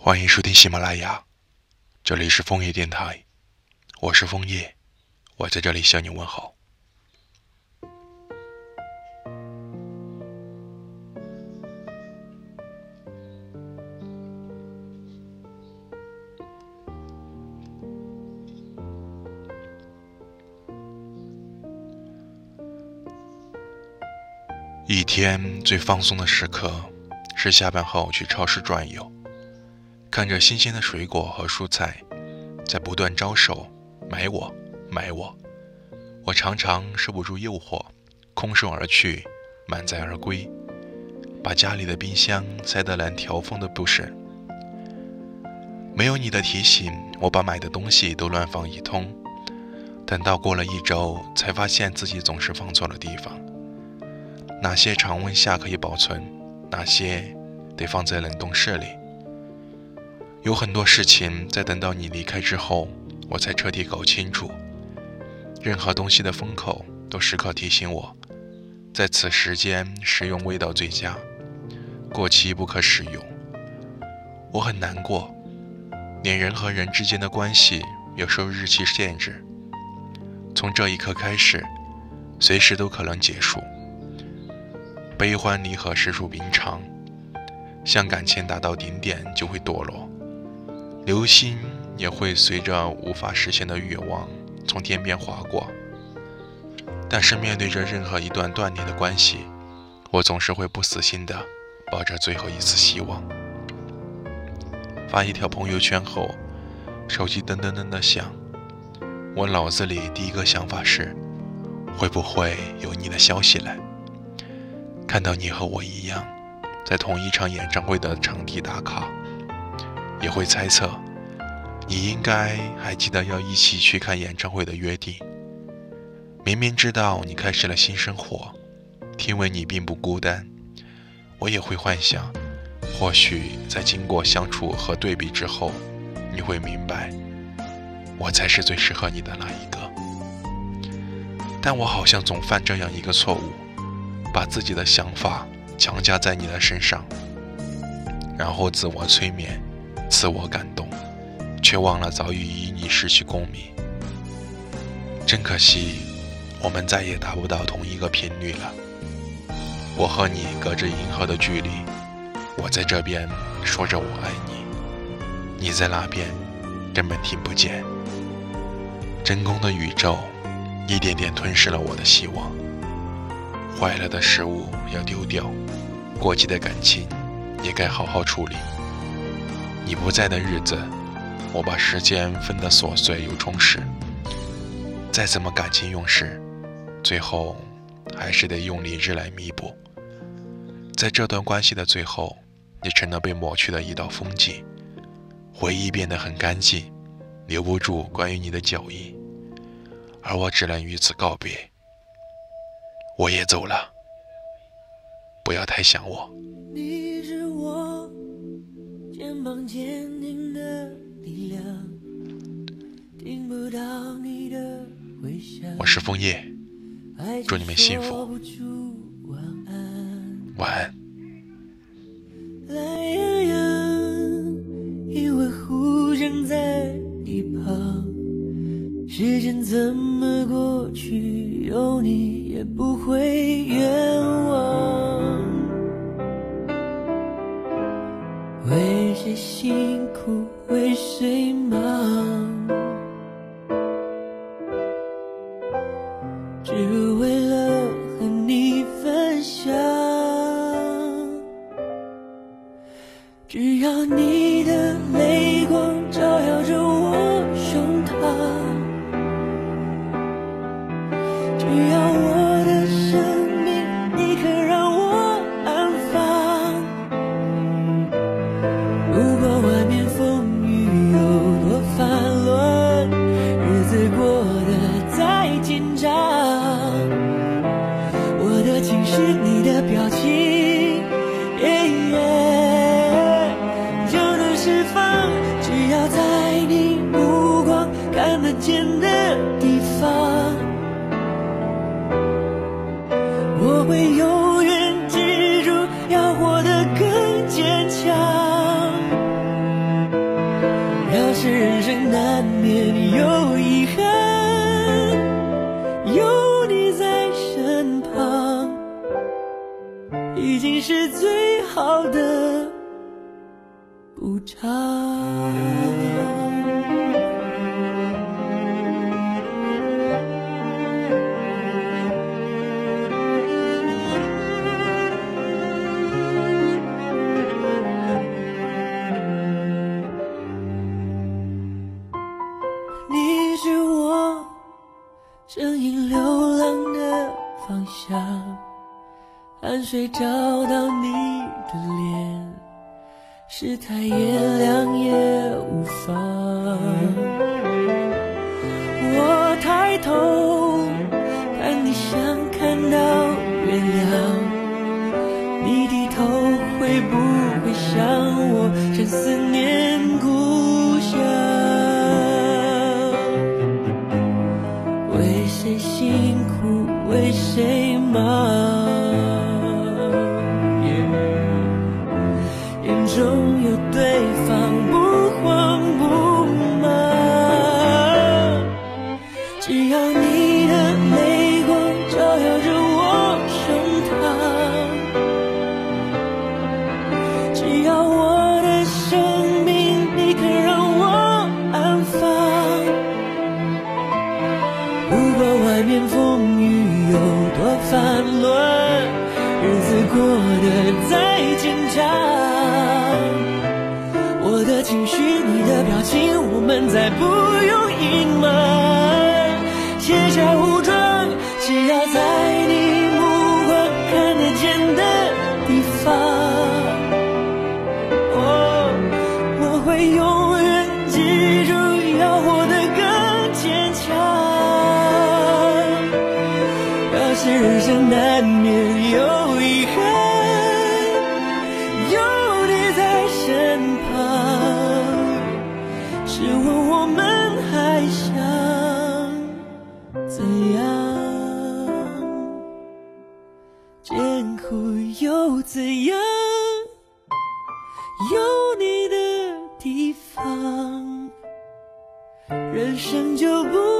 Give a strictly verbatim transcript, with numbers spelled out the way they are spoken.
欢迎收听喜马拉雅，这里是枫叶电台，我是枫叶，我在这里向你问好。一天最放松的时刻是下班后去超市转悠，看着新鲜的水果和蔬菜在不断招手，买我买我。我常常受不住诱惑，空手而去，满载而归，把家里的冰箱塞得连条缝都不剩。没有你的提醒，我把买的东西都乱放一通，等到过了一周，才发现自己总是放错了地方。哪些常温下可以保存，哪些得放在冷冻室里。有很多事情在等到你离开之后，我才彻底搞清楚。任何东西的封口都时刻提醒我，在此时间食用味道最佳，过期不可使用。我很难过，连人和人之间的关系也受日期限制，从这一刻开始，随时都可能结束。悲欢离合实属平常，像感情达到顶点就会堕落，流星也会随着无法实现的愿望从天边划过。但是面对着任何一段断裂的关系，我总是会不死心的抱着最后一丝希望。发一条朋友圈后，手机噔噔噔的响，我脑子里第一个想法是，会不会有你的消息来？看到你和我一样在同一场演唱会的场地打卡，也会猜测你应该还记得要一起去看演唱会的约定。明明知道你开始了新生活，听闻你并不孤单，我也会幻想，或许在经过相处和对比之后，你会明白我才是最适合你的那一个。但我好像总犯这样一个错误，把自己的想法强加在你的身上，然后自我催眠，自我感动，却忘了早已与你失去共鸣。真可惜，我们再也达不到同一个频率了。我和你隔着银河的距离，我在这边说着我爱你，你在那边根本听不见。真空的宇宙一点点吞噬了我的希望。坏了的食物要丢掉，过期的感情也该好好处理。你不在的日子，我把时间分得琐碎又充实。再怎么感情用事，最后还是得用理智来弥补。在这段关系的最后，你成了被抹去的一道风景，回忆变得很干净，留不住关于你的脚印，而我只能与此告别。我也走了，不要太想我。 你是我肩膀坚定的力量，听不到你的回响。 我是枫叶，祝你们幸福， 晚安。 晚安。 懒洋洋，因为互相在一旁，时间怎么过去，有你也不会冤枉。为谁辛苦为谁忙，只为了和你分享。只要你的泪光照耀着我胸膛，只要我的生命你肯让我安放。不管外面风雨有多烦乱，日子过得再紧张，我的情是你的表情，耶耶就能释放。只要在你目光看得见的地方，我会永远记住，要活得更坚强。 是人生难免有遗憾，有你在身旁，已经是最好的补偿。你是我声音流浪的方向，汗水找到你的脸，世态炎凉也无妨。我抬头看你像看到月亮，你低头会不会想我，正思念故乡。为谁辛苦为谁忙，眼中有对方不慌不忙。只要你的泪光照耀着我胸膛，只要我的生命你肯让我安放。不管外面风雨有多烦乱，日子过得再紧张，我的情绪你的表情我们再不用隐瞒，卸下武装，只要在你目光看得见的地方，哦，我会永远记住要活得更坚强。要是人生难免有遗憾，有你在身旁，试问我们还想怎样？艰苦又怎样？有你的地方，人生就不